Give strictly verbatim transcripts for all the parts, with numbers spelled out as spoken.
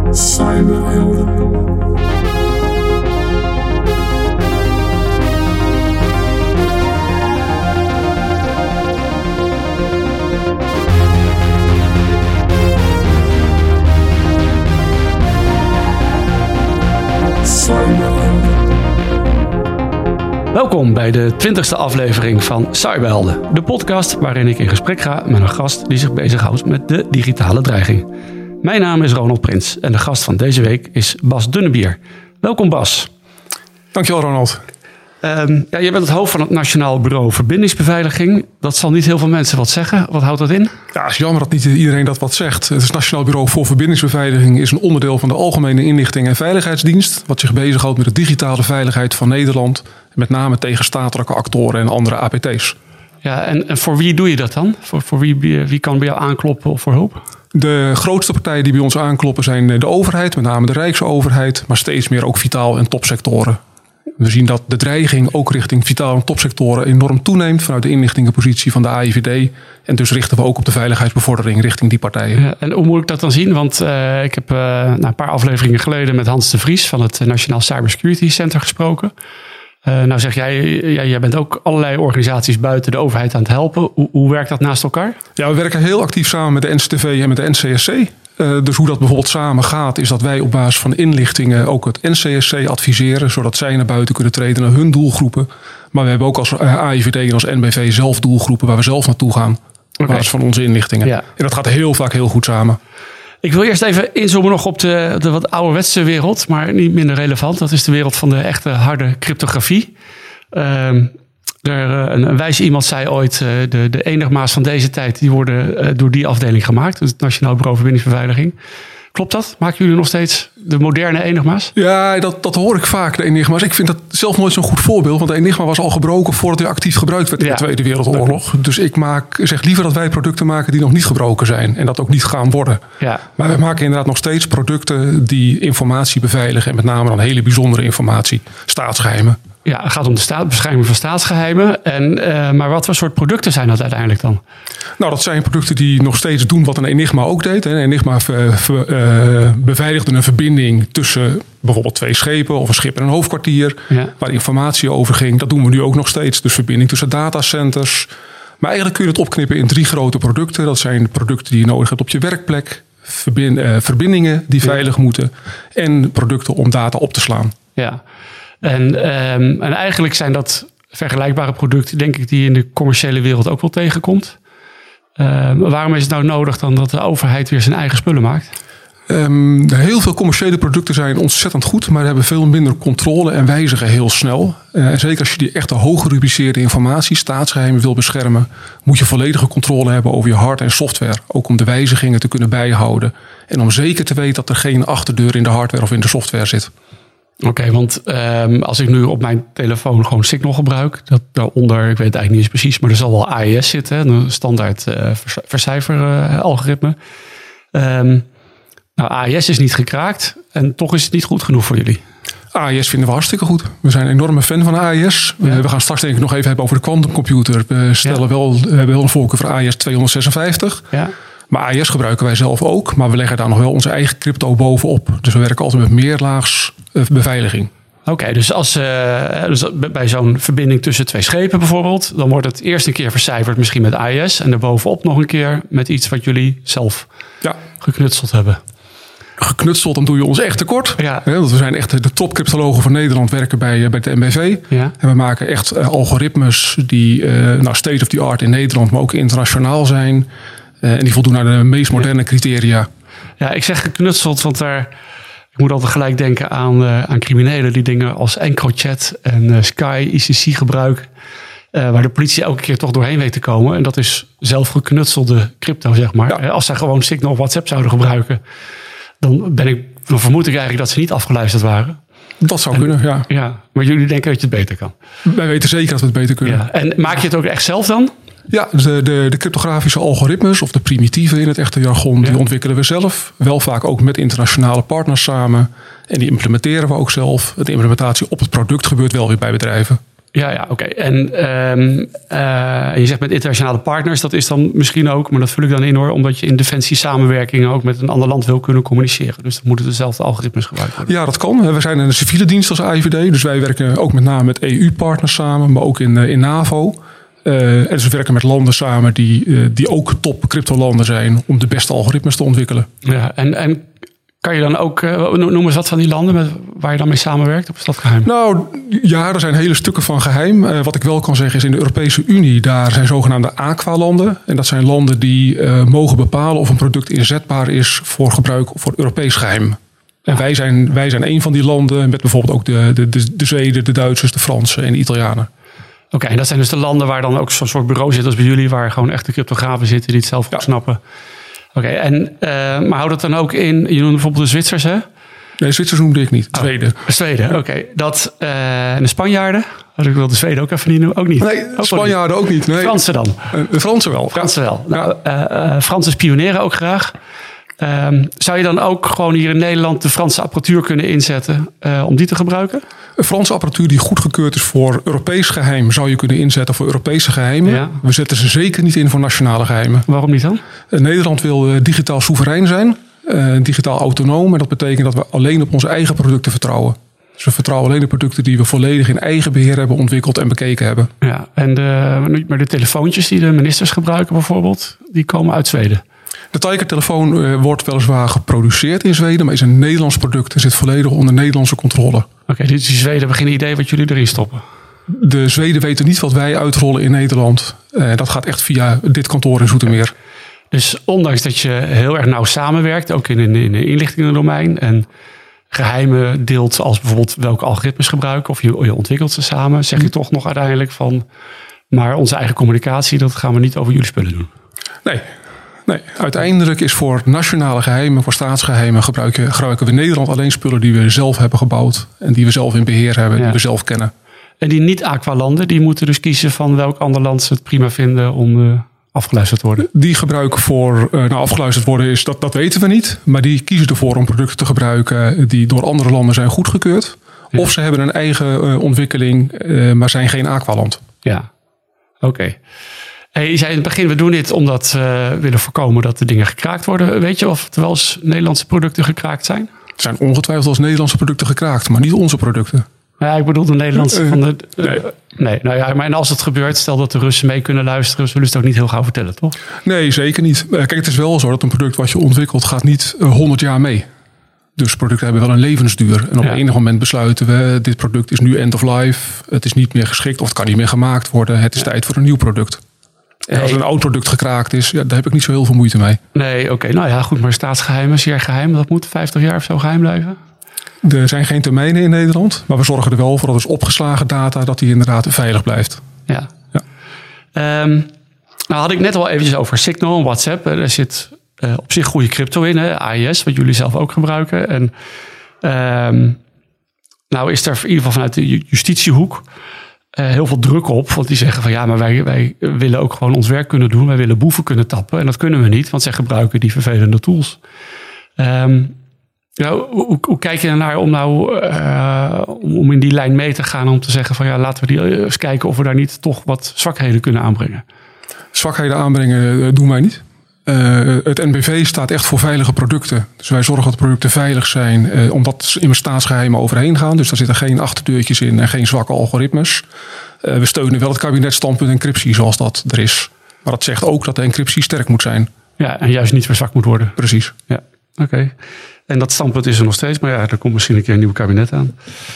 Cyberhelden. Welkom bij de twintigste aflevering van Cyberhelden, de podcast waarin ik in gesprek ga met een gast die zich bezighoudt met de digitale dreiging. Mijn naam is Ronald Prins en de gast van deze week is Bas Dunnebier. Welkom Bas. Dankjewel Ronald. Um, ja, je bent het hoofd van het Nationaal Bureau Verbindingsbeveiliging. Dat zal niet heel veel mensen wat zeggen. Wat houdt dat in? Ja, het is jammer dat niet iedereen dat wat zegt. Het Nationaal Bureau voor Verbindingsbeveiliging is een onderdeel van de Algemene Inlichting en Veiligheidsdienst, wat zich bezighoudt met de digitale veiligheid van Nederland, met name tegen statelijke actoren en andere A P T's. Ja, en, en voor wie doe je dat dan? Voor, voor wie, wie kan bij jou aankloppen voor hulp? De grootste partijen die bij ons aankloppen zijn de overheid, met name de Rijksoverheid, maar steeds meer ook vitaal- en topsectoren. We zien dat de dreiging ook richting vitaal- en topsectoren enorm toeneemt vanuit de inlichtingenpositie van de A I V D. En dus richten we ook op de veiligheidsbevordering richting die partijen. Ja, en hoe moet ik dat dan zien? Want uh, ik heb uh, nou, een paar afleveringen geleden met Hans de Vries van het Nationaal Cybersecurity Center gesproken. Uh, nou zeg jij, jij, jij bent ook allerlei organisaties buiten de overheid aan het helpen. Hoe, hoe werkt dat naast elkaar? Ja, we werken heel actief samen met de N C T V en met de N C S C. Uh, dus hoe dat bijvoorbeeld samen gaat, is dat wij op basis van inlichtingen ook het N C S C adviseren, zodat zij naar buiten kunnen treden naar hun doelgroepen. Maar we hebben ook als A I V D en als N B V zelf doelgroepen waar we zelf naartoe gaan op basis van onze inlichtingen. Ja. En dat gaat heel vaak heel goed samen. Ik wil eerst even inzoomen nog op de, de wat ouderwetse wereld, maar niet minder relevant. Dat is de wereld van de echte harde cryptografie. Uh, er, een, een wijs iemand zei ooit, uh, de, de enigma's van deze tijd, die worden uh, door die afdeling gemaakt. Dus het Nationaal Bureau Verbindingsbeveiliging. Klopt dat? Maken jullie nog steeds de moderne enigma's? Ja, dat, dat hoor ik vaak, de enigma's. Ik vind dat zelf nooit zo'n goed voorbeeld. Want de enigma was al gebroken voordat hij actief gebruikt werd in ja. de Tweede Wereldoorlog. Dus ik maak, zeg liever dat wij producten maken die nog niet gebroken zijn. En dat ook niet gaan worden. Ja. Maar we maken inderdaad nog steeds producten die informatie beveiligen. En met name dan hele bijzondere informatie. Staatsgeheimen. Ja, het gaat om de staat, bescherming van staatsgeheimen. En, uh, maar wat voor soort producten zijn dat uiteindelijk dan? Nou, dat zijn producten die nog steeds doen wat een Enigma ook deed. Een Enigma ver, ver, uh, beveiligde een verbinding tussen bijvoorbeeld twee schepen of een schip en een hoofdkwartier. Ja. Waar informatie over ging. Dat doen we nu ook nog steeds. Dus verbinding tussen datacenters. Maar eigenlijk kun je het opknippen in drie grote producten. Dat zijn producten die je nodig hebt op je werkplek. Verbind, uh, verbindingen die veilig ja. moeten. En producten om data op te slaan. Ja. En, um, en eigenlijk zijn dat vergelijkbare producten, denk ik, die je in de commerciële wereld ook wel tegenkomt. Um, waarom is het nou nodig dan dat de overheid weer zijn eigen spullen maakt? Um, heel veel commerciële producten zijn ontzettend goed, maar hebben veel minder controle en wijzigen heel snel. Uh, zeker als je die echte hoog gerubriceerde informatie, staatsgeheimen wil beschermen, moet je volledige controle hebben over je hardware en software. Ook om de wijzigingen te kunnen bijhouden. En om zeker te weten dat er geen achterdeur in de hardware of in de software zit. Oké, okay, want um, als ik nu op mijn telefoon gewoon Signal gebruik, dat daaronder, ik weet het eigenlijk niet eens precies, maar er zal wel A I S zitten, een standaard uh, vercijferalgoritme. Uh, um, nou, A I S is niet gekraakt en toch is het niet goed genoeg voor jullie. A I S vinden we hartstikke goed. We zijn een enorme fan van A I S. Ja. We gaan straks denk ik nog even hebben over de quantumcomputer. We stellen ja. wel, we hebben wel een voorkeur voor A I S tweehonderdzesenvijftig. Ja. Maar A I S gebruiken wij zelf ook. Maar we leggen daar nog wel onze eigen crypto bovenop. Dus we werken altijd met meerlaags beveiliging. Oké, okay, dus, als, uh, dus bij zo'n verbinding tussen twee schepen bijvoorbeeld, dan wordt het eerst een keer vercijferd misschien met A I S en daarbovenop nog een keer met iets wat jullie zelf ja. geknutseld hebben. Geknutseld, dan doe je ons echt tekort. Ja. Ja, want we zijn echt de topcryptologen van Nederland, werken bij, bij de N B V. Ja. En we maken echt uh, algoritmes die uh, nou, state of the art in Nederland, maar ook internationaal zijn. Uh, en die voldoen aan de meest moderne criteria. Ja, ik zeg geknutseld, want daar, ik moet altijd gelijk denken aan, uh, aan criminelen die dingen als EncroChat en uh, Sky, I C C gebruiken. Uh, waar de politie elke keer toch doorheen weet te komen. En dat is zelf geknutselde crypto, zeg maar. Ja. Als zij gewoon Signal of WhatsApp zouden gebruiken, dan, ben ik, dan vermoed ik eigenlijk dat ze niet afgeluisterd waren. Dat zou en, kunnen, ja. ja. Maar jullie denken dat je het beter kan? Wij weten zeker dat we het beter kunnen. Ja. En maak je het ook echt zelf dan? Ja, de, de, de cryptografische algoritmes, of de primitieven in het echte jargon, ja. die ontwikkelen we zelf. Wel vaak ook met internationale partners samen. En die implementeren we ook zelf. De implementatie op het product gebeurt wel weer bij bedrijven. Ja, ja, oké. Okay. En um, uh, je zegt met internationale partners, dat is dan misschien ook, maar dat vul ik dan in hoor, omdat je in defensie samenwerking ook met een ander land wil kunnen communiceren. Dus dan moeten dezelfde algoritmes gebruikt worden. Ja, dat kan. We zijn een civiele dienst als I V D, dus wij werken ook met name met E U-partners samen, maar ook in, in NAVO. Uh, en dus we werken met landen samen die, uh, die ook top cryptolanden zijn om de beste algoritmes te ontwikkelen. Ja, en, en kan je dan ook, uh, noem eens wat van die landen met, waar je dan mee samenwerkt? Of is dat geheim? Nou ja, er zijn hele stukken van geheim. Uh, wat ik wel kan zeggen is in de Europese Unie, daar zijn zogenaamde Aqua-landen. En dat zijn landen die uh, mogen bepalen of een product inzetbaar is voor gebruik voor Europees geheim. En wij zijn, wij zijn een van die landen met bijvoorbeeld ook de, de, de, de Zweden, de Duitsers, de Fransen en de Italianen. Oké, okay, en dat zijn dus de landen waar dan ook zo'n soort bureau zit als bij jullie, waar gewoon echte cryptografen zitten die het zelf ja. snappen. Oké, okay, en uh, maar houdt het dan ook in, je noemde bijvoorbeeld de Zwitsers, hè? Nee, Zwitsers noemde ik niet. Zweden. Oh, Zweden, oké. Okay. Dat uh, en de Spanjaarden? Had ik wel de Zweden ook even niet noemen? Ook niet. Nee, ook Spanjaarden ook niet. Nee. Fransen dan? Uh, de Fransen wel. Fransen wel. Nou, uh, uh, Fransen spioneren ook graag. Um, zou je dan ook gewoon hier in Nederland de Franse apparatuur kunnen inzetten uh, om die te gebruiken? Een Franse apparatuur die goedgekeurd is voor Europees geheim zou je kunnen inzetten voor Europese geheimen. Ja. We zetten ze zeker niet in voor nationale geheimen. Waarom niet dan? Uh, Nederland wil uh, digitaal soeverein zijn, uh, digitaal autonoom. En dat betekent dat we alleen op onze eigen producten vertrouwen. Dus we vertrouwen alleen de producten die we volledig in eigen beheer hebben ontwikkeld en bekeken hebben. Ja, en de, maar de telefoontjes die de ministers gebruiken bijvoorbeeld, die komen uit Zweden. De Tiger-telefoon uh, wordt weliswaar geproduceerd in Zweden, maar is een Nederlands product en zit volledig onder Nederlandse controle. Oké, okay, dus die Zweden hebben geen idee wat jullie erin stoppen? De Zweden weten niet wat wij uitrollen in Nederland. Uh, dat gaat echt via dit kantoor in Zoetermeer. Dus ondanks dat je heel erg nauw samenwerkt, ook in een, in een inlichtingendomein en geheimen deelt als bijvoorbeeld welke algoritmes gebruiken of je, je ontwikkelt ze samen, zeg je hm. toch nog uiteindelijk van, maar onze eigen communicatie, dat gaan we niet over jullie spullen doen? Nee. Nee, uiteindelijk is voor nationale geheimen, voor staatsgeheimen gebruiken, gebruiken we in Nederland alleen spullen die we zelf hebben gebouwd en die we zelf in beheer hebben, ja. die we zelf kennen. En die niet-aqua-landen, die moeten dus kiezen van welk ander land ze het prima vinden om uh, afgeluisterd te worden? Die gebruiken voor, uh, nou afgeluisterd worden is, dat, dat weten we niet, maar die kiezen ervoor om producten te gebruiken die door andere landen zijn goedgekeurd. Ja. Of ze hebben een eigen uh, ontwikkeling, uh, maar zijn geen aqua-land. Ja, oké. Okay. Hey, je zei in het begin, we doen dit omdat we willen voorkomen dat de dingen gekraakt worden. Weet je of er wel eens Nederlandse producten gekraakt zijn? Er zijn ongetwijfeld als Nederlandse producten gekraakt, maar niet onze producten. Ja, ik bedoel de Nederlandse. Van de, uh, nee. nee, nou ja, maar als het gebeurt, stel dat de Russen mee kunnen luisteren, zullen ze het ook niet heel gauw vertellen, toch? Nee, zeker niet. Kijk, het is wel zo dat een product wat je ontwikkelt gaat niet honderd jaar mee. Dus producten hebben wel een levensduur. En op ja. enig moment besluiten we, dit product is nu end of life. Het is niet meer geschikt of het kan niet meer gemaakt worden. Het is ja. tijd voor een nieuw product. En als een oud product gekraakt is, ja, daar heb ik niet zo heel veel moeite mee. Nee, oké. Okay. Nou ja, goed. Maar staatsgeheimen, zeer geheim. Dat moet vijftig jaar of zo geheim blijven? Er zijn geen termijnen in Nederland. Maar we zorgen er wel voor dat is opgeslagen data, dat die inderdaad veilig blijft. Ja. ja. Um, nou had ik net al eventjes over Signal en WhatsApp. Er zit uh, op zich goede crypto in. Hè? A E S, wat jullie zelf ook gebruiken. En um, nou is er in ieder geval vanuit de justitiehoek Uh, heel veel druk op. Want die zeggen van ja, maar wij, wij willen ook gewoon ons werk kunnen doen. Wij willen boeven kunnen tappen. En dat kunnen we niet, want zij gebruiken die vervelende tools. Um, nou, hoe, hoe kijk je ernaar om nou uh, om in die lijn mee te gaan? Om te zeggen van ja, laten we die eens kijken of we daar niet toch wat zwakheden kunnen aanbrengen. Zwakheden aanbrengen doen wij niet. Uh, het N B V staat echt voor veilige producten. Dus wij zorgen dat producten veilig zijn, uh, omdat ze in staatsgeheimen overheen gaan. Dus daar zitten geen achterdeurtjes in en geen zwakke algoritmes. Uh, we steunen wel het kabinetstandpunt encryptie zoals dat er is. Maar dat zegt ook dat de encryptie sterk moet zijn. Ja, en juist niet verzwakt moet worden. Precies. Ja, oké. Okay. En dat standpunt is er nog steeds. Maar ja, er komt misschien een keer een nieuw kabinet aan.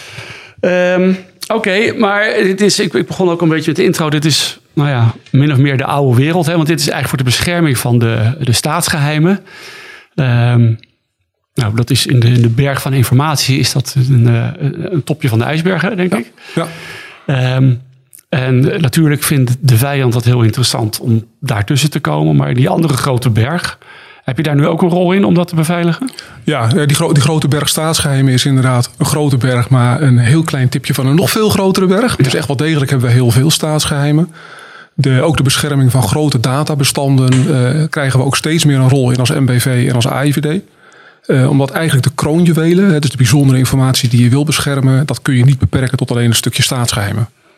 Um, Oké, okay, maar dit is, ik, ik begon ook een beetje met de intro. Dit is nou ja, min of meer de oude wereld. Hè? Want dit is eigenlijk voor de bescherming van de, de staatsgeheimen. Um, nou, dat is in de, in de berg van informatie is dat een, een topje van de ijsberg, hè, denk ja. ik. Ja. Um, en natuurlijk vindt de vijand dat heel interessant om daartussen te komen. Maar die andere grote berg, heb je daar nu ook een rol in om dat te beveiligen? Ja, die, gro- die grote berg staatsgeheimen is inderdaad een grote berg, maar een heel klein tipje van een nog veel grotere berg. Ja. Dus echt wel degelijk hebben we heel veel staatsgeheimen. De, ook de bescherming van grote databestanden uh, krijgen we ook steeds meer een rol in als M B V en als A I V D. Uh, omdat eigenlijk de kroonjuwelen, dus de bijzondere informatie die je wil beschermen, dat kun je niet beperken tot alleen een stukje staatsgeheimen.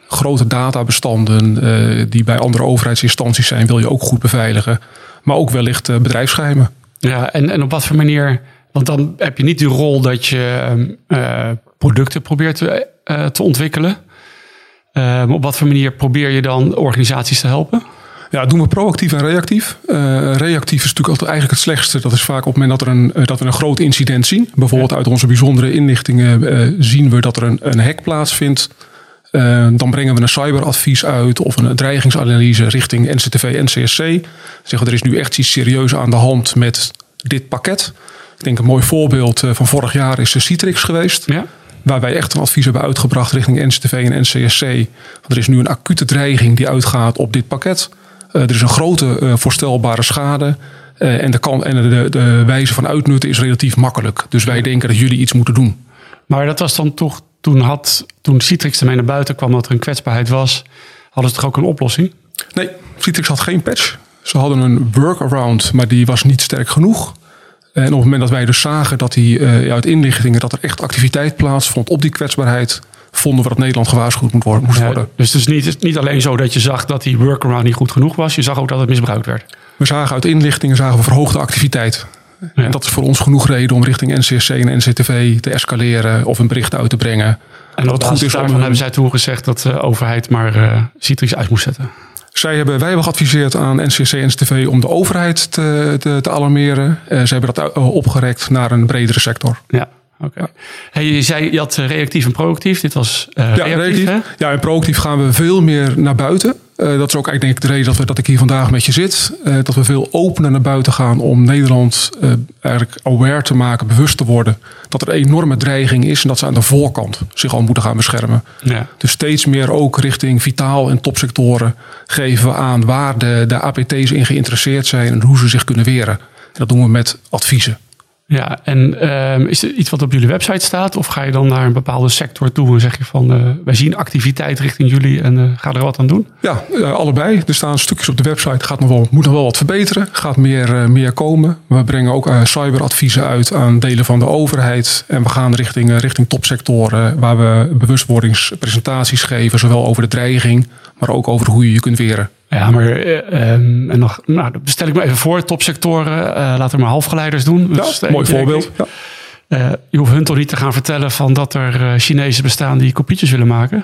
Grote databestanden uh, die bij andere overheidsinstanties zijn, wil je ook goed beveiligen. Maar ook wellicht uh, bedrijfsgeheimen. Ja, en, en op wat voor manier... Want dan heb je niet die rol dat je uh, producten probeert te, uh, te ontwikkelen. Uh, maar op wat voor manier probeer je dan organisaties te helpen? Ja, dat doen we proactief en reactief. Uh, reactief is natuurlijk altijd eigenlijk het slechtste. Dat is vaak op het moment dat, er een, uh, dat we een groot incident zien. Bijvoorbeeld ja. uit onze bijzondere inlichtingen uh, zien we dat er een, een hack plaatsvindt. Uh, dan brengen we een cyberadvies uit of een dreigingsanalyse richting N C T V en N C S C. Zeggen er is nu echt iets serieus aan de hand met dit pakket. Ik denk een mooi voorbeeld uh, van vorig jaar is Citrix geweest. Ja. Waar wij echt een advies hebben uitgebracht richting N C T V en N C S C. Want er is nu een acute dreiging die uitgaat op dit pakket. Uh, er is een grote uh, voorstelbare schade. Uh, en de, kan, en de, de wijze van uitnutten is relatief makkelijk. Dus wij denken dat jullie iets moeten doen. Maar dat was dan toch, toen, had, toen Citrix ermee naar buiten kwam dat er een kwetsbaarheid was, hadden ze toch ook een oplossing? Nee, Citrix had geen patch. Ze hadden een workaround, maar die was niet sterk genoeg. En op het moment dat wij dus zagen dat die, uh, uit inlichtingen dat er echt activiteit plaatsvond op die kwetsbaarheid, vonden we dat Nederland gewaarschuwd moest worden. Ja, dus het is niet, niet alleen zo dat je zag dat die workaround niet goed genoeg was, je zag ook dat het misbruikt werd. We zagen uit inlichtingen zagen we verhoogde activiteit. Ja. En dat is voor ons genoeg reden om richting N C S C en N C T V te escaleren of een bericht uit te brengen. En wat goed is, daarvan om... hebben zij toen gezegd dat de overheid maar uh, Citrix uit moest zetten. Zij hebben, wij hebben geadviseerd aan N C S C en N C T V om de overheid te, te, te alarmeren. Uh, ze hebben dat opgerekt naar een bredere sector. Ja, oké. Okay. Hey, je zei je had reactief en proactief. Dit was uh, ja, reactief, reactief. Hè? Ja, en proactief gaan we veel meer naar buiten. Uh, dat is ook eigenlijk denk ik de reden dat, we, dat ik hier vandaag met je zit. Uh, dat we veel opener naar buiten gaan om Nederland uh, eigenlijk aware te maken, bewust te worden dat er een enorme dreiging is en dat ze aan de voorkant zich al moeten gaan beschermen. Ja. Dus steeds meer ook richting vitaal en topsectoren geven we aan waar de, de A P T's in geïnteresseerd zijn en hoe ze zich kunnen weren. En dat doen we met adviezen. Ja, en uh, is er iets wat op jullie website staat? Of ga je dan naar een bepaalde sector toe en zeg je van uh, wij zien activiteit richting jullie en uh, ga er wat aan doen? Ja, uh, allebei. Er staan stukjes op de website. Gaat nog wel, moet nog wel wat verbeteren. Gaat meer, uh, meer komen. We brengen ook uh, cyberadviezen uit aan delen van de overheid. En we gaan richting, uh, richting topsectoren waar we bewustwordingspresentaties geven. Zowel over de dreiging, maar ook over hoe je je kunt weren. Ja, maar uh, um, en nog, nou, dat stel ik me even voor. Topsectoren, uh, laten we maar halfgeleiders doen. Ja, dus mooi voorbeeld. Ja. Uh, je hoeft hun toch niet te gaan vertellen van dat er uh, Chinezen bestaan die kopietjes willen maken?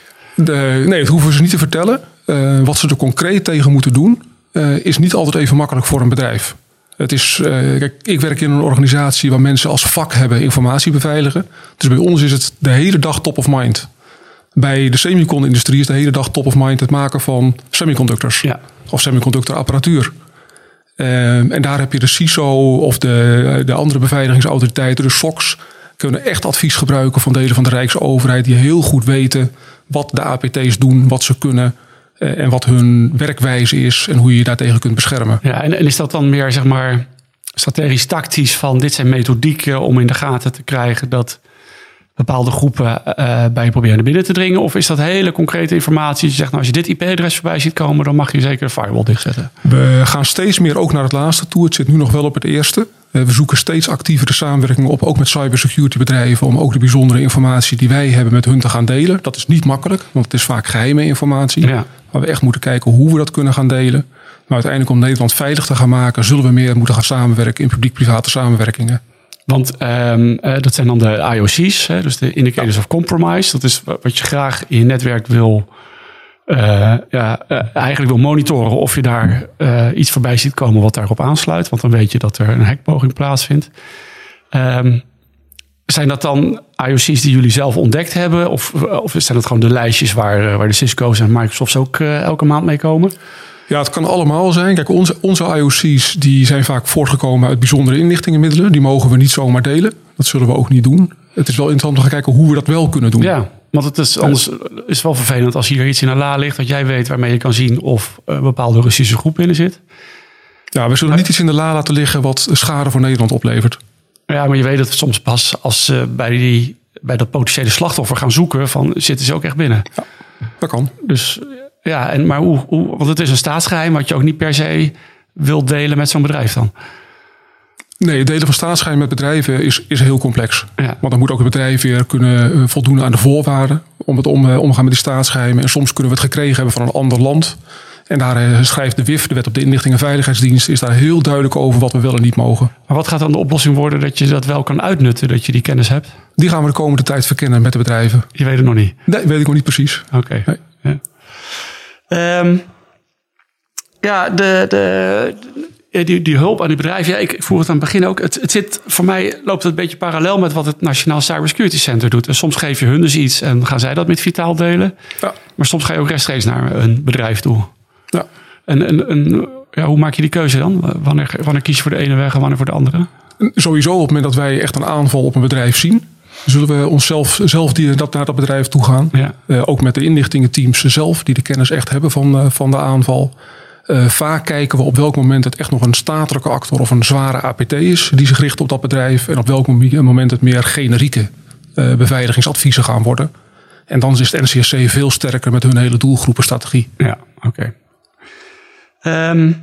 De, nee, dat hoeven ze niet te vertellen. Uh, wat ze er concreet tegen moeten doen, uh, is niet altijd even makkelijk voor een bedrijf. Het is, uh, kijk, ik werk in een organisatie waar mensen als vak hebben informatie beveiligen. Dus bij ons is het de hele dag top of mind. Bij de semicon-industrie is de hele dag top of mind het maken van semiconductors. Ja. Of semiconductorapparatuur. Uh, en daar heb je de C I S O of de, de andere beveiligingsautoriteiten, de S O X, kunnen echt advies gebruiken van delen van de Rijksoverheid die heel goed weten wat de A P T's doen, wat ze kunnen uh, en wat hun werkwijze is en hoe je je daartegen kunt beschermen. Ja, en, en is dat dan meer zeg maar strategisch tactisch van dit zijn methodieken om in de gaten te krijgen dat bepaalde groepen uh, bij je proberen naar binnen te dringen? Of is dat hele concrete informatie? Je zegt, nou, als je dit I P-adres voorbij ziet komen, dan mag je zeker de firewall dichtzetten. We gaan steeds meer ook naar het laatste toe. Het zit nu nog wel op het eerste. Uh, we zoeken steeds actievere samenwerkingen op, ook met cybersecurity bedrijven, om ook de bijzondere informatie die wij hebben met hun te gaan delen. Dat is niet makkelijk, want het is vaak geheime informatie. Ja. Waar we echt moeten kijken hoe we dat kunnen gaan delen. Maar uiteindelijk om Nederland veilig te gaan maken, zullen we meer moeten gaan samenwerken in publiek-private samenwerkingen. Want um, uh, dat zijn dan de I O C's, hè, dus de Indicators ja. of Compromise. Dat is wat je graag in je netwerk wil, uh, ja, uh, eigenlijk wil monitoren of je daar uh, iets voorbij ziet komen wat daarop aansluit. Want dan weet je dat er een hackpoging plaatsvindt. Um, zijn dat dan I O C's die jullie zelf ontdekt hebben? Of, of zijn dat gewoon de lijstjes waar, waar de Cisco's en Microsofts ook uh, elke maand mee komen? Ja, het kan allemaal zijn. Kijk, onze, onze I O C's die zijn vaak voortgekomen uit bijzondere inlichtingenmiddelen. Die mogen we niet zomaar delen. Dat zullen we ook niet doen. Het is wel interessant om te gaan kijken hoe we dat wel kunnen doen. Ja, want het is anders is het wel vervelend als hier iets in een la ligt dat jij weet waarmee je kan zien of een bepaalde Russische groep in zit. Ja, we zullen niet iets in de la laten liggen wat schade voor Nederland oplevert. Ja, maar je weet het soms pas als ze bij, die, bij dat potentiële slachtoffer gaan zoeken van zitten ze ook echt binnen. Ja, dat kan. Dus ja, en, maar hoe, hoe, want het is een staatsgeheim wat je ook niet per se wilt delen met zo'n bedrijf dan. Nee, het delen van staatsgeheim met bedrijven is, is heel complex. Ja. Want dan moet ook het bedrijf weer kunnen voldoen aan de voorwaarden. om het om, uh, omgaan met die staatsgeheimen. En soms kunnen we het gekregen hebben van een ander land. En daar uh, schrijft de W I F, de Wet op de Inlichting en Veiligheidsdienst, is daar heel duidelijk over wat we wel en niet mogen. Maar wat gaat dan de oplossing worden dat je dat wel kan uitnutten, dat je die kennis hebt? Die gaan we de komende tijd verkennen met de bedrijven. Je weet het nog niet? Nee, weet ik nog niet precies. Oké. Okay. Nee. Ja. Um, ja, de... de Die, die hulp aan die bedrijven, ja, ik, ik vroeg het aan het begin ook. Het, het zit, voor mij loopt het een beetje parallel met wat het Nationaal Cybersecurity Center doet. En soms geef je hun dus iets en gaan zij dat met Vitaal delen. Ja. Maar soms ga je ook rechtstreeks naar een bedrijf toe. Ja. En, en, en ja, hoe maak je die keuze dan? Wanneer, wanneer kies je voor de ene weg en wanneer voor de andere? Sowieso op het moment dat wij echt een aanval op een bedrijf zien, zullen we onszelf zelf die, dat, naar dat bedrijf toe gaan. Ja. Uh, ook met de inlichtingenteams zelf, die de kennis echt hebben van, uh, van de aanval. Uh, vaak kijken we op welk moment het echt nog een statelijke actor of een zware A P T is die zich richt op dat bedrijf. En op welk moment het meer generieke uh, beveiligingsadviezen gaan worden. En dan is het N C S C veel sterker met hun hele doelgroepenstrategie. Ja, oké. Okay. Um,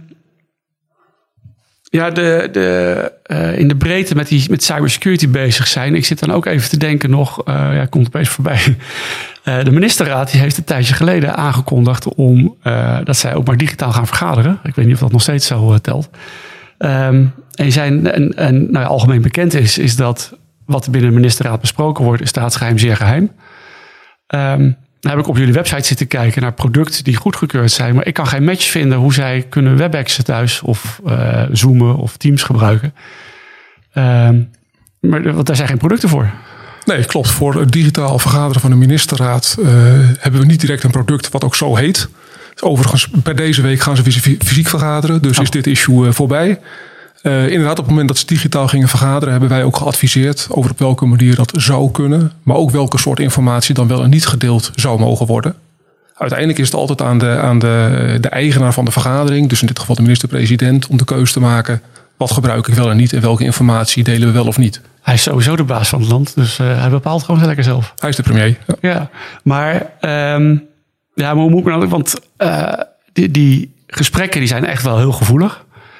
ja, de, de, uh, in de breedte met, die, met cybersecurity bezig zijn. Ik zit dan ook even te denken nog, uh, ja, komt opeens voorbij. Uh, de ministerraad die heeft een tijdje geleden aangekondigd om uh, dat zij ook maar digitaal gaan vergaderen. Ik weet niet of dat nog steeds zo uh, telt. Um, en zijn, en, en nou ja, algemeen bekend is, is dat wat er binnen de ministerraad besproken wordt, is staatsgeheim zeer geheim. Um, dan heb ik op jullie website zitten kijken naar producten die goedgekeurd zijn. Maar ik kan geen match vinden hoe zij kunnen WebExen thuis of uh, Zoomen of Teams gebruiken. Um, maar want daar zijn geen producten voor. Nee, klopt. Voor het digitaal vergaderen van de ministerraad uh, hebben we niet direct een product wat ook zo heet. Overigens, per deze week gaan ze fysiek vergaderen. Dus oh. is dit issue uh, voorbij. Uh, inderdaad, op het moment dat ze digitaal gingen vergaderen, hebben wij ook geadviseerd over op welke manier dat zou kunnen. Maar ook welke soort informatie dan wel en niet gedeeld zou mogen worden. Uiteindelijk is het altijd aan de, aan de, de eigenaar van de vergadering, dus in dit geval de minister-president, om de keuze te maken. Wat gebruik ik wel en niet en welke informatie delen we wel of niet. Hij is sowieso de baas van het land, dus uh, hij bepaalt gewoon zo lekker zelf. Hij is de premier. Ja, ja maar, um, ja, maar hoe moet ik nou, want uh, die, die gesprekken die zijn echt wel heel gevoelig.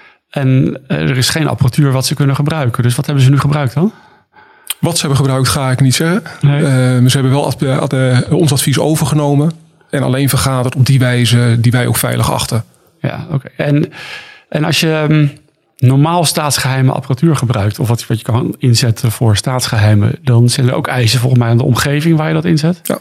En uh, er is geen apparatuur wat ze kunnen gebruiken. Dus wat hebben ze nu gebruikt dan? Wat ze hebben gebruikt ga ik niet zeggen. Nee. Uh, ze hebben wel ad, ad, uh, ons advies overgenomen. En alleen vergaderd op die wijze die wij ook veilig achten. Ja, oké. Okay. En, en als je um, normaal staatsgeheime apparatuur gebruikt, of wat, wat je kan inzetten voor staatsgeheimen, dan zijn er ook eisen volgens mij aan de omgeving waar je dat inzet. Ja.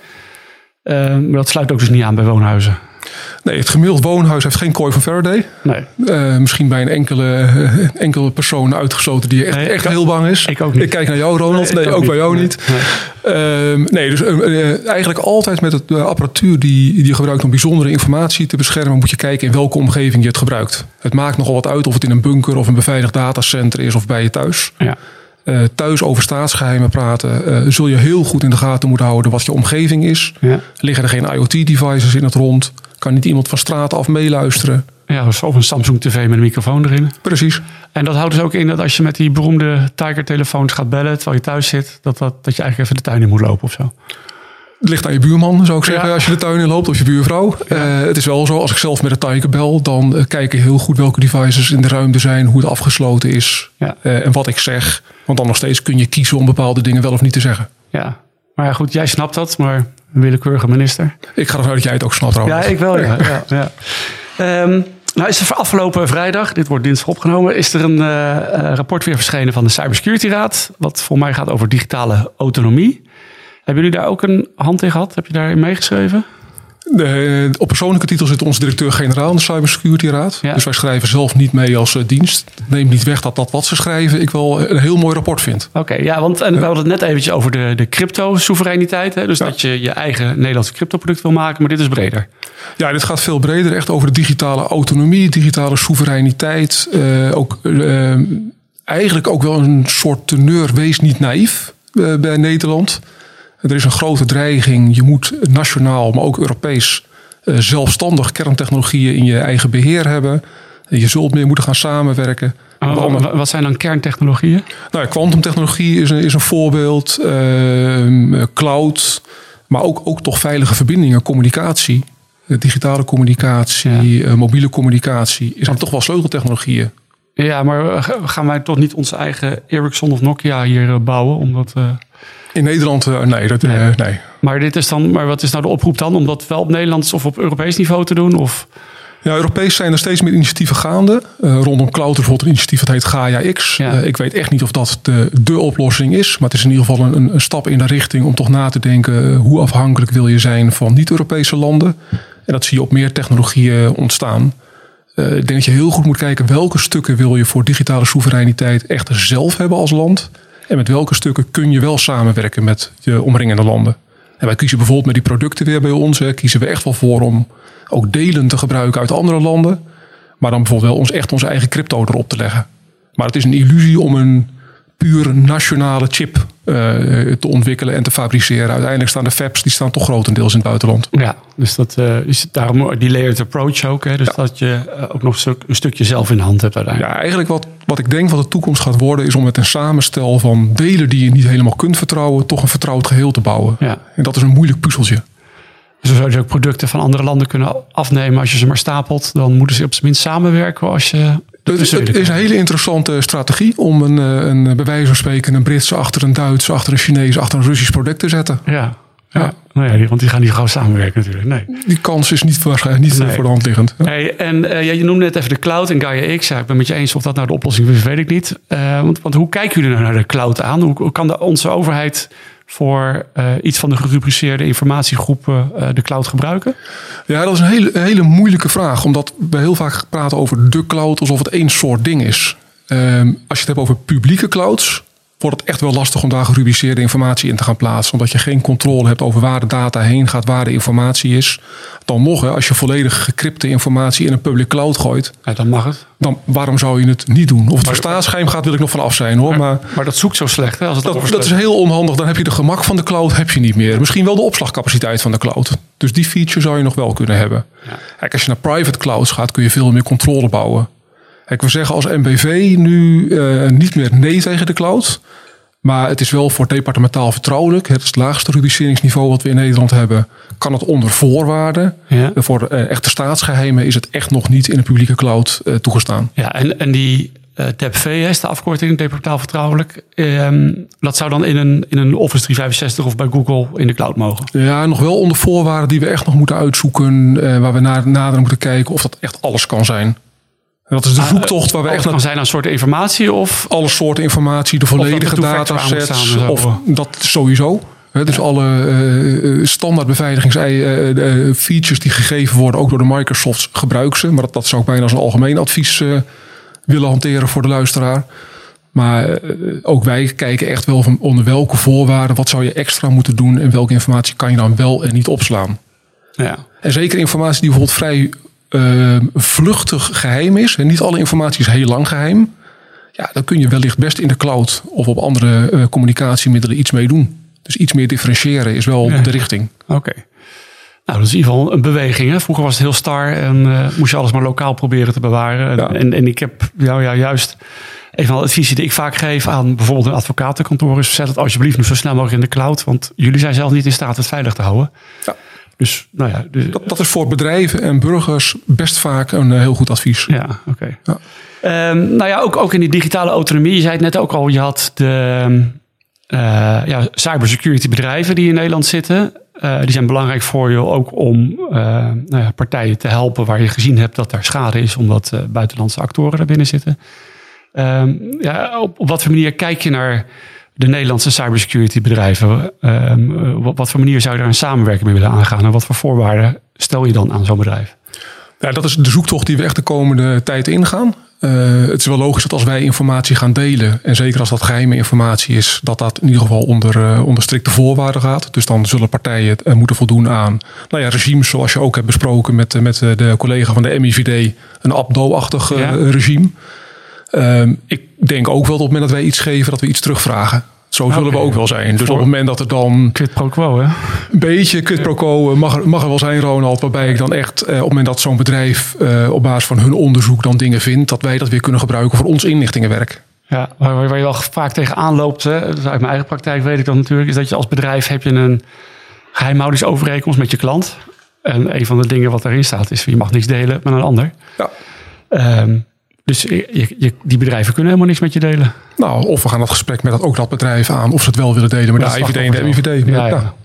Uh, maar dat sluit ook dus niet aan bij woonhuizen. Nee, het gemiddeld woonhuis heeft geen kooi van Faraday. Nee. Uh, misschien bij een enkele, uh, enkele persoon uitgesloten die echt, nee, echt heel bang is. Ik ook niet. Ik kijk naar jou, Ronald. Nee, nee ook, ook bij jou nee. niet. Nee, uh, nee dus uh, uh, eigenlijk altijd met de uh, apparatuur die, die je gebruikt om bijzondere informatie te beschermen, moet je kijken in welke omgeving je het gebruikt. Het maakt nogal wat uit of het in een bunker of een beveiligd datacenter is of bij je thuis. Ja. Uh, thuis over staatsgeheimen praten, uh, zul je heel goed in de gaten moeten houden wat je omgeving is. Ja. Liggen er geen I O T-devices in het rond? Kan niet iemand van straat af meeluisteren? Ja, of een Samsung tv met een microfoon erin. Precies. En dat houdt dus ook in dat als je met die beroemde Tiger-telefoons gaat bellen terwijl je thuis zit, dat, dat, dat je eigenlijk even de tuin in moet lopen of zo. Het ligt aan je buurman, zou ik zeggen, ja. als je de tuin in loopt, of je buurvrouw. Ja. Uh, het is wel zo, als ik zelf met de Tiger bel, dan uh, kijk ik heel goed welke devices in de ruimte zijn, hoe het afgesloten is ja. uh, en wat ik zeg. Want dan nog steeds kun je kiezen om bepaalde dingen wel of niet te zeggen. Ja, maar ja, goed, jij snapt dat, maar een willekeurige minister. Ik ga ervan uit dat jij het ook snapt, trouwens. Ja, ik wel, ja. ja, ja. Um, nou is er afgelopen vrijdag, dit wordt dinsdag opgenomen, is er een uh, rapport weer verschenen van de Cybersecurity Raad, wat voor mij gaat over digitale autonomie. Hebben jullie daar ook een hand in gehad? Heb je daarin meegeschreven? De, op persoonlijke titel zit onze directeur-generaal in de Cybersecurity Raad. Ja. Dus wij schrijven zelf niet mee als uh, dienst. Neem niet weg dat dat wat ze schrijven ik wel een heel mooi rapport vind. Oké, okay, ja, want en ja. we hadden het net eventjes over de, de crypto-soevereiniteit. Hè? Dus ja. dat je je eigen Nederlandse cryptoproduct wil maken, maar dit is breder. Ja, dit gaat veel breder. Echt over de digitale autonomie, digitale soevereiniteit. Uh, ook, uh, eigenlijk ook wel een soort teneur, wees niet naïef uh, bij Nederland. Er is een grote dreiging. Je moet nationaal, maar ook Europees uh, zelfstandig kerntechnologieën in je eigen beheer hebben. Je zult meer moeten gaan samenwerken. Oh, andere... Wat zijn dan kerntechnologieën? Nou, kwantumtechnologie is een, is een voorbeeld. Uh, cloud, maar ook, ook toch veilige verbindingen, communicatie. Uh, digitale communicatie, ja. uh, mobiele communicatie. Is dan toch wel sleuteltechnologieën. Ja, maar gaan wij toch niet onze eigen Ericsson of Nokia hier bouwen? Omdat... Uh... In Nederland, uh, nee, dat, nee. Uh, nee. maar, dit is dan, maar wat is nou de oproep dan? Om dat wel op Nederlands of op Europees niveau te doen? Of... Ja, Europees zijn er steeds meer initiatieven gaande. Uh, rondom cloud is bijvoorbeeld een initiatief dat heet Gaia X. Ja. Uh, ik weet echt niet of dat de, de oplossing is. Maar het is in ieder geval een, een stap in de richting om toch na te denken... Uh, hoe afhankelijk wil je zijn van niet-Europese landen. En dat zie je op meer technologieën ontstaan. Uh, ik denk dat je heel goed moet kijken welke stukken wil je voor digitale soevereiniteit echt zelf hebben als land. En met welke stukken kun je wel samenwerken met je omringende landen. En wij kiezen bijvoorbeeld met die producten weer bij ons. Hè, kiezen we echt wel voor om ook delen te gebruiken uit andere landen. Maar dan bijvoorbeeld wel ons echt onze eigen crypto erop te leggen. Maar het is een illusie om een puur nationale chip uh, te ontwikkelen en te fabriceren. Uiteindelijk staan de fabs die staan toch grotendeels in het buitenland. Ja, dus dat uh, is daarom die layered approach ook. Hè? Dus ja. dat je uh, ook nog een, stuk, een stukje zelf in de hand hebt uiteindelijk. Ja, eigenlijk wat, wat ik denk wat de toekomst gaat worden... is om met een samenstel van delen die je niet helemaal kunt vertrouwen... toch een vertrouwd geheel te bouwen. Ja. En dat is een moeilijk puzzeltje. Dus we zouden ook producten van andere landen kunnen afnemen. Als je ze maar stapelt, dan moeten ze op zijn minst samenwerken als je... Het is, het is een hele interessante strategie om een, een bij wijze van spreken een Britse achter een Duits, achter een Chinees, achter een Russisch product te zetten. Ja, ja. ja. Nou ja, want die gaan niet gauw samenwerken natuurlijk. Nee. Die kans is niet, waarschijnlijk niet nee. voor de hand liggend. Ja. Hey, en uh, je noemde net even de cloud en Gaia X. Ja, ik ben met je eens of dat nou de oplossing is, weet ik niet. Uh, want, want hoe kijken jullie nou naar de cloud aan? Hoe, hoe kan de, onze overheid voor uh, iets van de gerubriceerde informatiegroepen uh, de cloud gebruiken? Ja, dat is een hele, hele moeilijke vraag. Omdat we heel vaak praten over de cloud alsof het één soort ding is. Um, als je het hebt over publieke clouds, wordt het echt wel lastig om daar gerubriceerde informatie in te gaan plaatsen. Omdat je geen controle hebt over waar de data heen gaat, waar de informatie is. Dan nog, hè, als je volledig gecrypte informatie in een public cloud gooit. Ja, dan mag het. Dan waarom zou je het niet doen? Of het voor staatsgeheim gaat, wil ik nog van af zijn, hoor. Maar, maar, maar dat zoekt zo slecht, hè? Als het dat, dat is heel onhandig. Dan heb je de gemak van de cloud heb je niet meer. Misschien wel de opslagcapaciteit van de cloud. Dus die feature zou je nog wel kunnen hebben. Ja. Kijk, als je naar private clouds gaat, kun je veel meer controle bouwen. Kijk, we zeggen als N B V nu uh, niet meer nee tegen de cloud. Maar het is wel voor departementaal vertrouwelijk. Het is het laagste rubriceringsniveau wat we in Nederland hebben. Kan het onder voorwaarden. Ja. Voor uh, echte staatsgeheimen is het echt nog niet in een publieke cloud uh, toegestaan. Ja, en, en die uh, D E P V, is de afkorting, departementaal vertrouwelijk. Um, dat zou dan in een, in een Office driehonderdvijfenzestig of bij Google in de cloud mogen? Ja, nog wel onder voorwaarden die we echt nog moeten uitzoeken. Uh, waar we nader, nader moeten kijken of dat echt alles kan zijn. En dat is de zoektocht waar we echt... Het kan zijn aan soorten informatie of... Alle soorten informatie, de volledige datasets. Of dat sowieso. He, dus ja. alle uh, standaard beveiligingsfeatures uh, die gegeven worden, ook door de Microsoft, gebruik ze. Maar dat, dat zou ik bijna als een algemeen advies uh, willen hanteren voor de luisteraar. Maar uh, ook wij kijken echt wel van onder welke voorwaarden, wat zou je extra moeten doen en welke informatie kan je dan wel en niet opslaan. Ja. En zeker informatie die bijvoorbeeld vrij uh, vluchtig geheim is. En niet alle informatie is heel lang geheim. Ja, dan kun je wellicht best in de cloud of op andere uh, communicatiemiddelen iets mee doen. Dus iets meer differentiëren is wel ja. de richting. Oké. Okay. Nou, dat is in ieder geval een beweging. Hè? Vroeger was het heel star en uh, moest je alles maar lokaal proberen te bewaren. Ja. En, en ik heb jou ja, juist een van de adviezen die ik vaak geef aan bijvoorbeeld een advocatenkantoor is: zet het alsjeblieft nog zo snel mogelijk in de cloud. Want jullie zijn zelf niet in staat het veilig te houden. Ja. Dus, nou ja, dus, dat, dat is voor bedrijven en burgers best vaak een uh, heel goed advies. Ja, oké. Okay. Ja. Um, nou ja, ook, ook in die digitale autonomie. Je zei het net ook al, je had de uh, ja, cybersecurity bedrijven die in Nederland zitten. Uh, die zijn belangrijk voor je ook om uh, nou ja, partijen te helpen waar je gezien hebt dat daar schade is, omdat uh, buitenlandse actoren daar binnen zitten. Um, ja, op, op wat voor manier kijk je naar de Nederlandse cybersecurity bedrijven? Um, wat, wat voor manier zou je daar een samenwerking mee willen aangaan? En wat voor voorwaarden stel je dan aan zo'n bedrijf? Ja, dat is de zoektocht die we echt de komende tijd ingaan. Uh, het is wel logisch dat als wij informatie gaan delen, en zeker als dat geheime informatie is, dat dat in ieder geval onder, uh, onder strikte voorwaarden gaat. Dus dan zullen partijen uh, moeten voldoen aan nou ja, regimes zoals je ook hebt besproken met, met de collega van de M I V D, een A B D O-achtig uh, ja. regime. Uh, ik denk ook wel dat op het moment dat wij iets geven, dat we iets terugvragen. Zo zullen okay. we ook wel zijn. Dus op het moment dat er dan quid pro quo, hè? Een beetje quid pro quo mag er, mag er wel zijn, Ronald. Waarbij ik dan echt, eh, op het moment dat zo'n bedrijf uh, op basis van hun onderzoek dan dingen vindt, dat wij dat weer kunnen gebruiken voor ons inlichtingenwerk. Ja, waar, waar je wel vaak tegenaan loopt, hè, dus uit mijn eigen praktijk weet ik dat natuurlijk, is dat je als bedrijf heb je een geheimhoudingsovereenkomst met je klant. En een van de dingen wat daarin staat is, je mag niks delen met een ander. Ja. Um, Dus je, je, die bedrijven kunnen helemaal niks met je delen. Nou, of we gaan dat gesprek met dat, ook dat bedrijf aan of ze het wel willen delen met de I V D en de M I V D. Ja, ja. ja.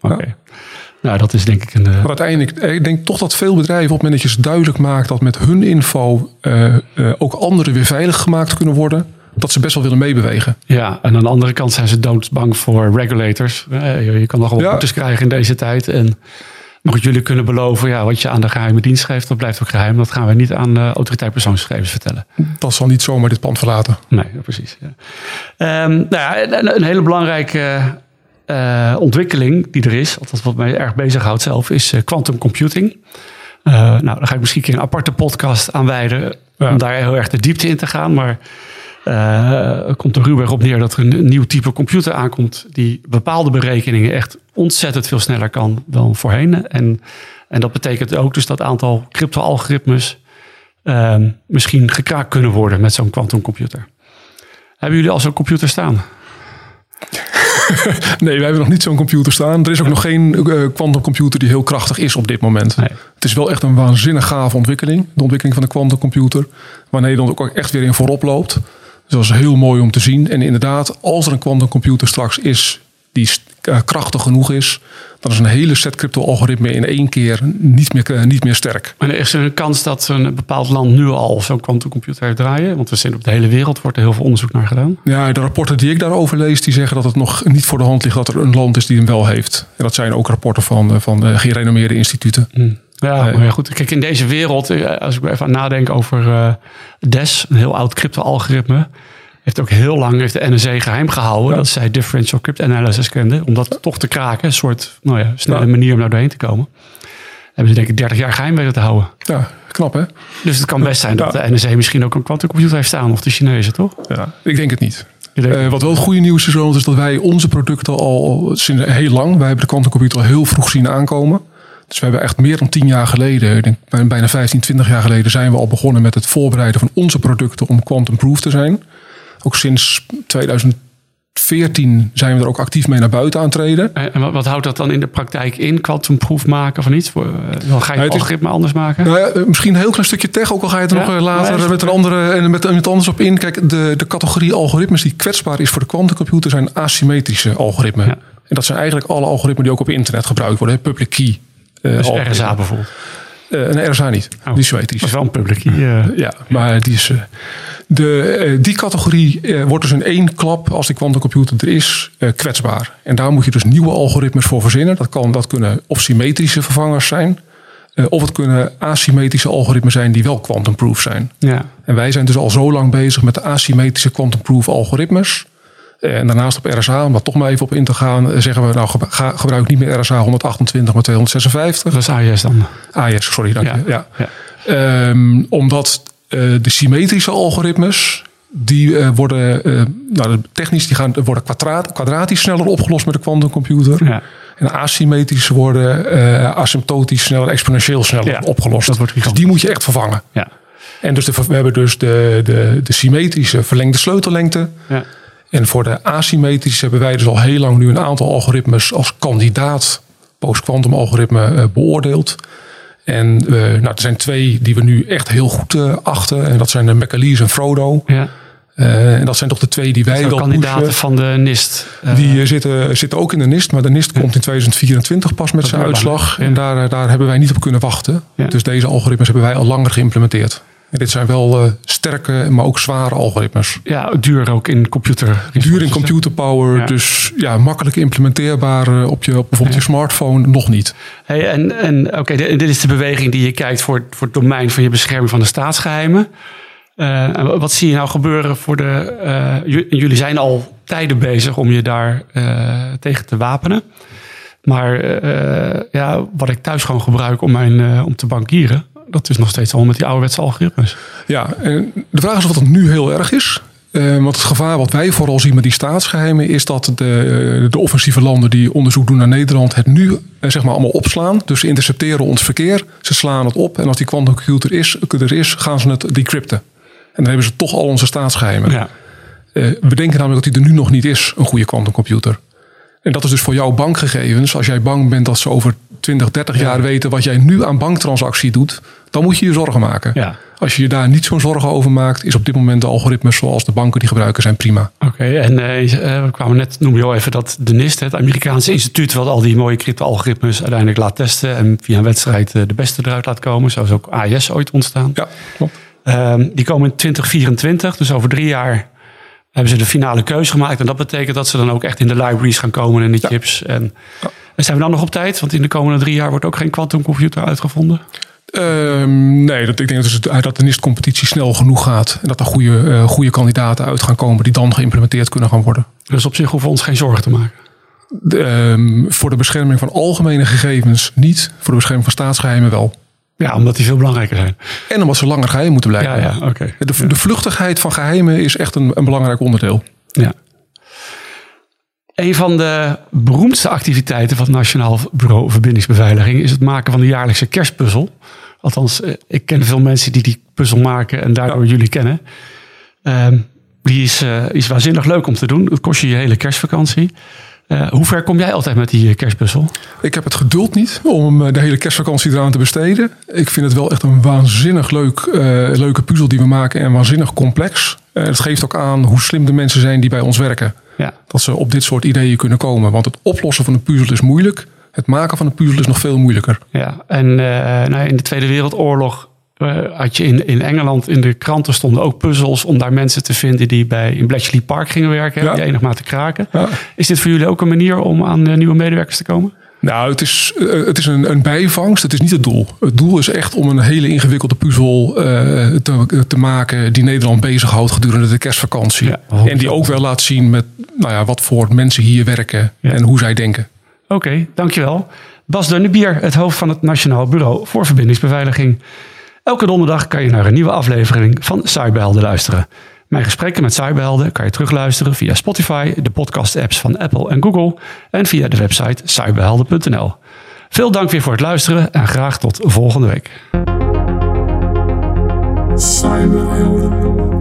oké. Okay. Ja. Nou, dat is denk ik een... Uh... Maar uiteindelijk, ik denk toch dat veel bedrijven op het moment dat je duidelijk maakt dat met hun info uh, uh, ook anderen weer veilig gemaakt kunnen worden, dat ze best wel willen meebewegen. Ja, en aan de andere kant zijn ze doodsbang voor regulators. Uh, je kan nog wel ja. boetes krijgen in deze tijd. En maar jullie kunnen beloven, ja, wat je aan de geheime dienst geeft, dat blijft ook geheim. Dat gaan we niet aan de autoriteit persoonsgegevens vertellen. Dat zal niet zomaar dit pand verlaten. Nee, ja, precies. Ja. Um, nou ja, een, een hele belangrijke uh, ontwikkeling die er is, althans wat mij erg bezighoudt zelf, is uh, quantum computing. Uh, nou, daar ga ik misschien een keer een aparte podcast aan wijden, ja. om daar heel erg de diepte in te gaan. Maar uh, komt er ruwweg op neer dat er een nieuw type computer aankomt die bepaalde berekeningen echt ontzettend veel sneller kan dan voorheen. En, en dat betekent ook dus dat aantal crypto-algoritmes uh, misschien gekraakt kunnen worden met zo'n quantumcomputer. Hebben jullie al zo'n computer staan? Nee, wij hebben nog niet zo'n computer staan. Er is ook ja. nog geen quantumcomputer uh, die heel krachtig is op dit moment. Nee. Het is wel echt een waanzinnig gave ontwikkeling. De ontwikkeling van de quantumcomputer. Waar Nederland ook echt weer in voorop loopt. Dus dat is heel mooi om te zien. En inderdaad, als er een quantumcomputer straks is die uh, krachtig genoeg is, dan is een hele set crypto-algoritmen in één keer niet meer, uh, niet meer sterk. Maar is er een kans dat een bepaald land nu al zo'n quantumcomputer heeft draaien? Want we zien op de hele wereld, wordt er heel veel onderzoek naar gedaan. Ja, de rapporten die ik daarover lees, die zeggen dat het nog niet voor de hand ligt dat er een land is die hem wel heeft. En dat zijn ook rapporten van, van uh, gerenommeerde instituten. Hmm. Ja, maar ja, goed. Kijk, in deze wereld, als ik even aan nadenk over uh, D E S, een heel oud crypto-algoritme, heeft ook heel lang heeft de N S A geheim gehouden ja. dat zij differential cryptanalysis kenden. Om dat ja. toch te kraken. Een soort nou ja, snelle ja. manier om daar doorheen te komen. Hebben ze denk ik dertig jaar geheim weten te houden. Ja, knap hè? Dus het kan best zijn dat ja. de N S A misschien ook een quantumcomputer heeft staan. Of de Chinezen, toch? Ja, ik denk het niet. Uh, wat wel het goede nieuws is, is dat wij onze producten al sinds heel lang, wij hebben de quantumcomputer al heel vroeg zien aankomen. Dus we hebben echt meer dan tien jaar geleden, ik denk bijna vijftien, twintig jaar geleden, zijn we al begonnen met het voorbereiden van onze producten om quantum-proof te zijn. Ook sinds tweeduizend veertien zijn we er ook actief mee naar buiten aan het treden. En wat houdt dat dan in de praktijk in? Quantum-proof maken van iets? Dan ga je het algoritme anders maken? Nou ja, misschien een heel klein stukje tech, ook al ga je het ja, nog later ja, met een andere en met, met anders op in. Kijk, de, de categorie algoritmes die kwetsbaar is voor de quantumcomputer zijn asymmetrische algoritmen. Ja. En dat zijn eigenlijk alle algoritmen die ook op internet gebruikt worden. Public key. Uh, dus R S A bijvoorbeeld? Uh, nee, R S A niet. Oh, die is symmetrisch. Dat is wel een public key. Uh. Ja, maar die is... Uh, de, uh, die categorie uh, wordt dus in één klap, als die quantumcomputer er is, uh, kwetsbaar. En daar moet je dus nieuwe algoritmes voor verzinnen. Dat, kan, dat kunnen of symmetrische vervangers zijn, uh, of het kunnen asymmetrische algoritmen zijn die wel quantum-proof zijn. Ja. En wij zijn dus al zo lang bezig met de asymmetrische quantum-proof algoritmes. En daarnaast op R S A, om daar toch maar even op in te gaan, zeggen we, nou gebruik niet meer R S A honderdachtentwintig, maar tweehonderdzesenvijftig. Dat is A I S dan? A I S, sorry, dank je. Ja. Ja. Ja. Um, omdat uh, de symmetrische algoritmes, die uh, worden, uh, nou, technisch, die gaan, worden kwadraat, kwadratisch sneller opgelost met de quantumcomputer. Ja. En asymmetrische worden uh, asymptotisch sneller, exponentieel sneller ja, opgelost. Dat wordt dus die moet je echt vervangen. Ja. En dus de, we hebben dus de, de, de symmetrische verlengde sleutellengte. Ja. En voor de asymmetrische hebben wij dus al heel lang nu een aantal algoritmes als kandidaat post-quantum algoritme uh, beoordeeld. En uh, nou, er zijn twee die we nu echt heel goed uh, achten. En dat zijn de Macaleese en Frodo. Ja. Uh, en dat zijn toch de twee die wij wel pushen. Kandidaten van de NIST. Uh, die uh, zitten, zitten ook in de NIST. Maar de NIST ja. komt in tweeduizend vierentwintig pas met zijn uitslag. Ja. En daar, daar hebben wij niet op kunnen wachten. Ja. Dus deze algoritmes hebben wij al langer geïmplementeerd. En dit zijn wel uh, sterke, maar ook zware algoritmes. Ja, duur ook in computer. Duur in computerpower. Ja. Dus ja, makkelijk implementeerbaar uh, op, je, op bijvoorbeeld ja. je smartphone nog niet. Hey, en en oké, okay, dit is de beweging die je kijkt voor, voor het domein van je bescherming van de staatsgeheimen. Uh, wat zie je nou gebeuren voor de... Uh, jullie zijn al tijden bezig om je daar uh, tegen te wapenen. Maar uh, ja, wat ik thuis gewoon gebruik om, mijn, uh, om te bankieren, dat is nog steeds al met die ouderwetse algoritmes. Ja, en de vraag is of dat nu heel erg is. Uh, want het gevaar wat wij vooral zien met die staatsgeheimen is dat de, de offensieve landen die onderzoek doen naar Nederland het nu uh, zeg maar allemaal opslaan. Dus ze intercepteren ons verkeer, ze slaan het op en als die quantumcomputer is, er is, gaan ze het decrypten. En dan hebben ze toch al onze staatsgeheimen. Ja. Uh, we denken namelijk dat die er nu nog niet is, een goede quantumcomputer. En dat is dus voor jouw bankgegevens. Als jij bang bent dat ze over twintig, dertig jaar weten wat jij nu aan banktransactie doet, dan moet je je zorgen maken. Ja. Als je je daar niet zo'n zorgen over maakt, is op dit moment de algoritmes zoals de banken die gebruiken zijn prima. Oké, okay, en uh, we kwamen net, noem je al even, dat de N I S T, het Amerikaanse instituut wat al die mooie crypto-algoritmes uiteindelijk laat testen en via een wedstrijd de beste eruit laat komen. Zo is ook A I S ooit ontstaan. Ja, klopt. Um, die komen in twintig vierentwintig, dus over drie jaar hebben ze de finale keuze gemaakt. En dat betekent dat ze dan ook echt in de libraries gaan komen en de ja. chips. En, ja. en zijn we dan nog op tijd? Want in de komende drie jaar wordt ook geen quantumcomputer uitgevonden. Um, nee, dat, ik denk dat, het, dat de N I S T-competitie snel genoeg gaat. En dat er goede, uh, goede kandidaten uit gaan komen die dan geïmplementeerd kunnen gaan worden. Dus op zich hoeven we ons geen zorgen te maken? De, um, voor de bescherming van algemene gegevens niet. Voor de bescherming van staatsgeheimen wel. Ja, omdat die veel belangrijker zijn. En omdat ze langer geheim moeten blijven. Ja, ja, okay. de, de, de vluchtigheid van geheimen is echt een, een belangrijk onderdeel. Ja. Een van de beroemdste activiteiten van het Nationaal Bureau Verbindingsbeveiliging is het maken van de jaarlijkse kerstpuzzel. Althans, ik ken veel mensen die die puzzel maken en daardoor ja. jullie kennen. Um, die is, uh, is waanzinnig leuk om te doen. Het kost je je hele kerstvakantie. Uh, hoe ver kom jij altijd met die kerstpuzzel? Ik heb het geduld niet om de hele kerstvakantie eraan te besteden. Ik vind het wel echt een waanzinnig leuk, uh, leuke puzzel die we maken en waanzinnig complex. Uh, het geeft ook aan hoe slim de mensen zijn die bij ons werken. Ja. Dat ze op dit soort ideeën kunnen komen. Want het oplossen van een puzzel is moeilijk. Het maken van een puzzel is nog veel moeilijker. Ja, en uh, nou, in de Tweede Wereldoorlog uh, had je in, in Engeland in de kranten stonden ook puzzels om daar mensen te vinden die bij in Bletchley Park gingen werken. Ja. Die enigmaar te kraken. Ja. Is dit voor jullie ook een manier om aan uh, nieuwe medewerkers te komen? Nou, het is, uh, het is een, een bijvangst. Het is niet het doel. Het doel is echt om een hele ingewikkelde puzzel uh, te, te maken die Nederland bezighoudt gedurende de kerstvakantie. Ja, en die ook wel laat zien met nou ja, wat voor mensen hier werken ja. en hoe zij denken. Oké, okay, dankjewel. Bas Dunnebier, het hoofd van het Nationaal Bureau voor Verbindingsbeveiliging. Elke donderdag kan je naar een nieuwe aflevering van Cyberhelden luisteren. Mijn gesprekken met Cyberhelden kan je terugluisteren via Spotify, de podcast-apps van Apple en Google en via de website cyberhelden punt n l. Veel dank weer voor het luisteren en graag tot volgende week. Cyberhelden.